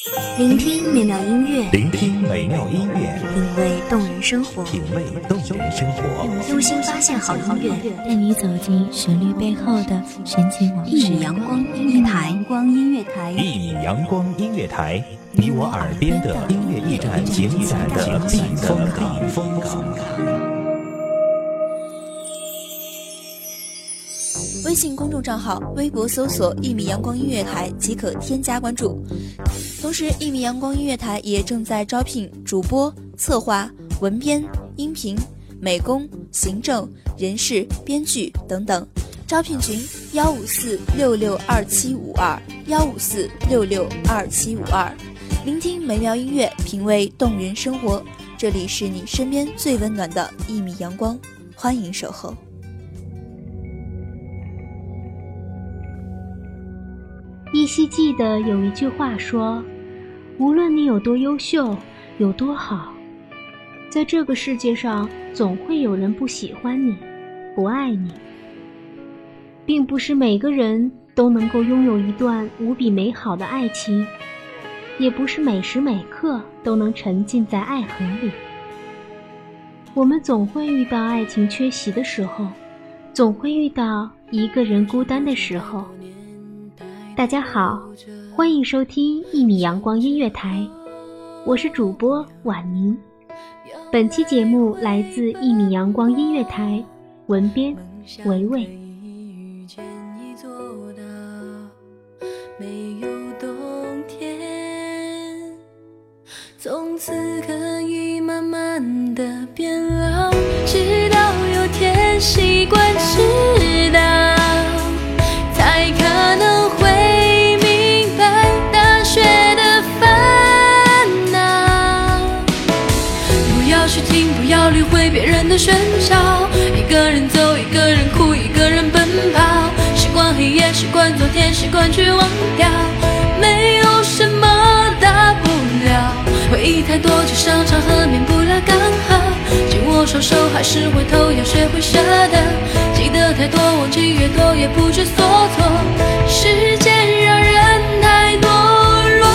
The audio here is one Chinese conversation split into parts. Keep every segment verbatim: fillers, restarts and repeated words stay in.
聆听美妙音乐， 聆听美妙音乐， 品味动人生活， 品味动人生活， 用心发现好音乐， 带你走进旋律背后的深情往事。 一米阳光音乐台，光音乐台， 一米阳光音乐台，你我耳边的音乐驿站，情感的避风港，风港。 微信公众账号、微博搜索“一米阳光音乐台”即可添加关注。同时，一米阳光音乐台也正在招聘主播、策划、文编、音频、美工、行政、人事、编剧等等。招聘群：幺五四六六二七五二幺五四六六二七五二。聆听美妙音乐，品味动人生活。这里是你身边最温暖的一米阳光，欢迎守候。 依稀记得有一句话说，无论你有多优秀，有多好，在这个世界上总会有人不喜欢你，不爱你。并不是每个人都能够拥有一段无比美好的爱情，也不是每时每刻都能沉浸在爱河里。我们总会遇到爱情缺席的时候，总会遇到一个人孤单的时候。大家好，欢迎收听一米阳光音乐台，我是主播婉宁。本期节目来自一米阳光音乐台，文编维维。 从此可以慢慢的变老，直到有天习惯知道，才可能会明白大学的烦恼。不要去听，不要理会别人的喧嚣，一个人走，一个人哭，一个人奔跑，习惯黑夜，习惯昨天，习惯去忘掉，没有什么大不了。回忆太多，就像场合免不了刚好，紧握双手还是回头，要学会舍得。记得太多，忘记越多，也不知所措。时间让人太堕落。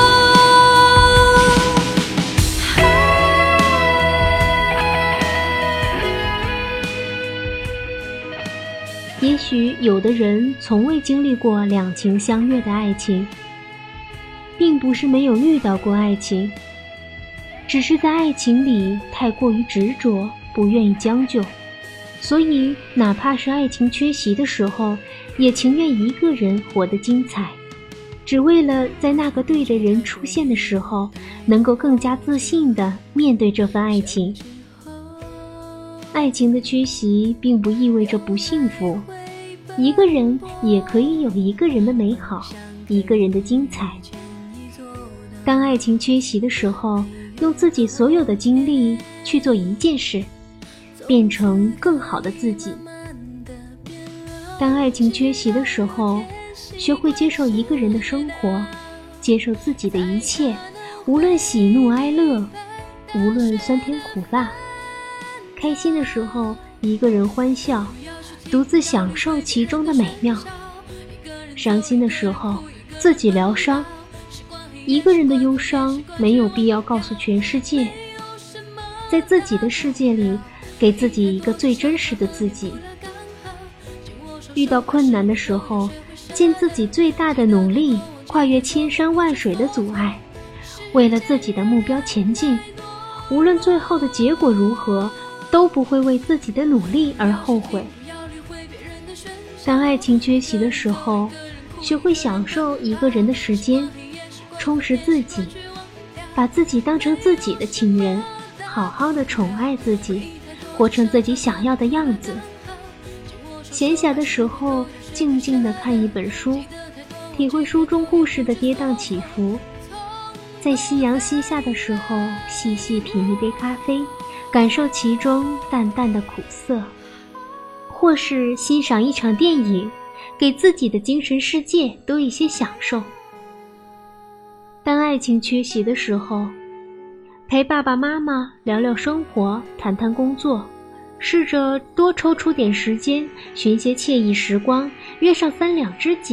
也许有的人从未经历过两情相悦的爱情，并不是没有遇到过爱情，只是在爱情里太过于执着，不愿意将就，所以哪怕是爱情缺席的时候，也情愿一个人活得精彩，只为了在那个对的人出现的时候，能够更加自信地面对这份爱情。爱情的缺席并不意味着不幸福，一个人也可以有一个人的美好，一个人的精彩。当爱情缺席的时候，用自己所有的精力去做一件事，变成更好的自己。当爱情缺席的时候，学会接受一个人的生活，接受自己的一切，无论喜怒哀乐，无论酸甜苦辣。开心的时候一个人欢笑，独自享受其中的美妙；伤心的时候自己疗伤。一个人的忧伤没有必要告诉全世界，在自己的世界里给自己一个最真实的自己。遇到困难的时候，尽自己最大的努力，跨越千山万水的阻碍，为了自己的目标前进，无论最后的结果如何，都不会为自己的努力而后悔。当爱情缺席的时候，学会享受一个人的时间，充实自己，把自己当成自己的情人，好好的宠爱自己，活成自己想要的样子。闲暇的时候静静地看一本书，体会书中故事的跌宕起伏。在夕阳西下的时候细细品一杯咖啡，感受其中淡淡的苦涩。或是欣赏一场电影，给自己的精神世界多一些享受。当爱情缺席的时候，陪爸爸妈妈聊聊生活，谈谈工作，试着多抽出点时间，寻些惬意时光，约上三两知己，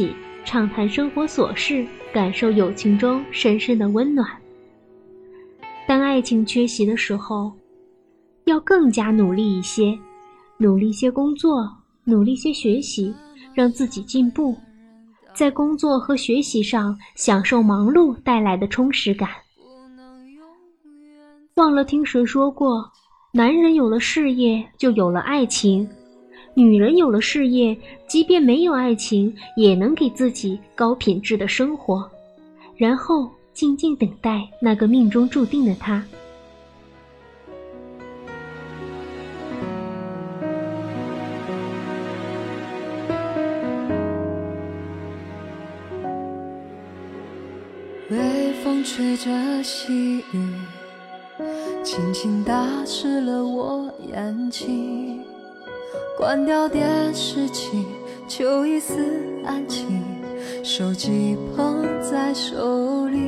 畅谈生活琐事，感受友情中深深的温暖。当爱情缺席的时候，要更加努力一些，努力些工作，努力些学习，让自己进步，在工作和学习上享受忙碌带来的充实感。忘了听谁说过，男人有了事业就有了爱情，女人有了事业，即便没有爱情，也能给自己高品质的生活，然后静静等待那个命中注定的他。 微风吹着细雨，轻轻打湿了我眼睛，关掉电视机，就一丝安静，手机捧在手里，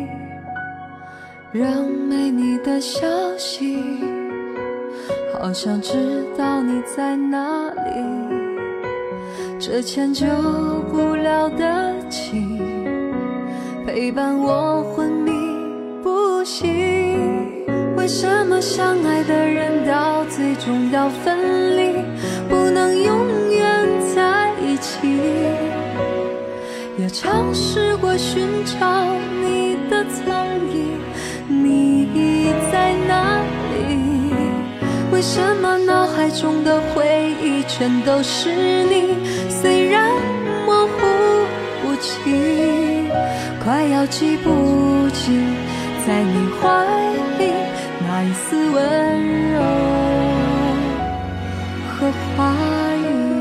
让没你的消息，好想知道你在哪里，这迁就不了的情，陪伴我昏迷不醒。为什么相爱的人到最终要分离，不能永远在一起？也尝试过寻找你的踪影，你在哪里？为什么脑海中的回忆全都是你？虽然模糊不清，快要记不清在你怀里那一丝温柔和话语。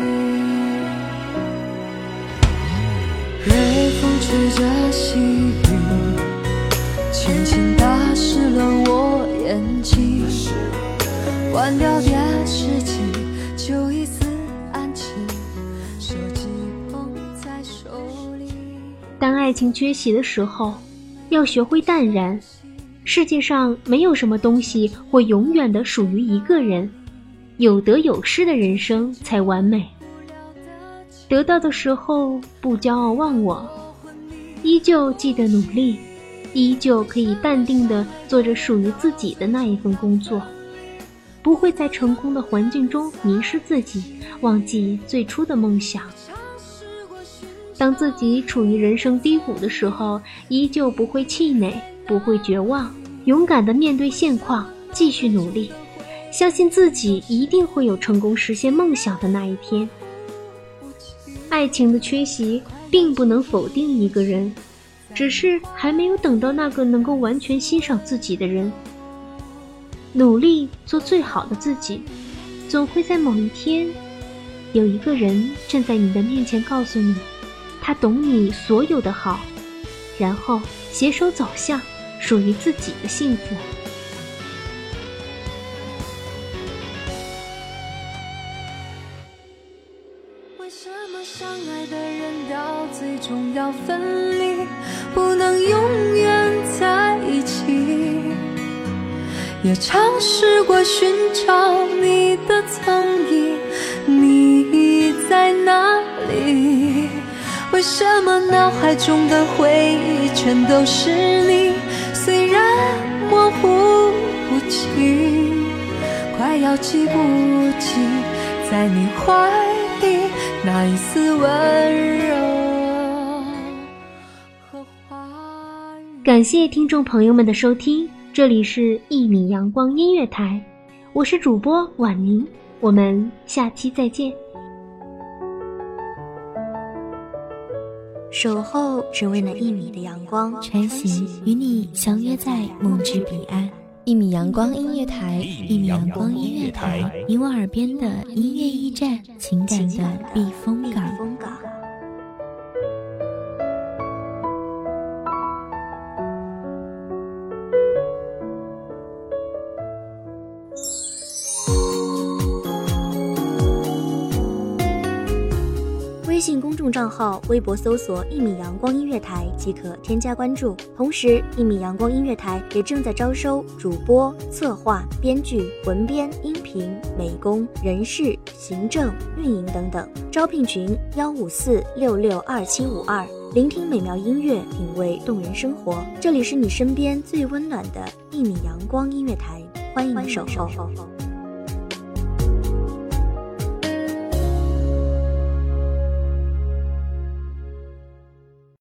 微风吹着细雨，轻轻打湿了我眼睛，关掉电视机，就一丝安静，手机捧在手里。 当爱情缺席的时候，要学会淡然。世界上没有什么东西会永远的属于一个人，有得有失的人生才完美。得到的时候不骄傲忘我，依旧记得努力，依旧可以淡定地做着属于自己的那一份工作，不会在成功的环境中迷失自己，忘记最初的梦想。当自己处于人生低谷的时候，依旧不会气馁，不会绝望，勇敢地面对现况，继续努力，相信自己一定会有成功实现梦想的那一天。爱情的缺席并不能否定一个人，只是还没有等到那个能够完全欣赏自己的人。努力做最好的自己，总会在某一天，有一个人站在你的面前告诉你，他懂你所有的好，然后携手走向属于自己的幸福。 为什么相爱的人到最终要分离，不能永远在一起？也尝试过寻找你的踪影，你在哪里？为什么脑海中的回忆全都是你？虽然模糊不清，快要记不清在你怀里那一丝温柔和话语。 感谢听众朋友们的收听，这里是一米阳光音乐台，我是主播婉宁，我们下期再见。 守候只为那一米的阳光， 穿行与你相约在梦之彼岸。一米阳光音乐台，一米阳光音乐台，你我耳边的音乐驿站，情感的避风港。 微信公众众账号微博搜索一米阳光音乐台即可添加关注。同时，一米阳光音乐台也正在招收主播、策划、编剧、文编、音频、美工、人事、行政、运营等等。招聘群幺五四六六二七五二。聆听美妙音乐，品味动人生活。这里是你身边最温暖的一米阳光音乐台，欢迎守候。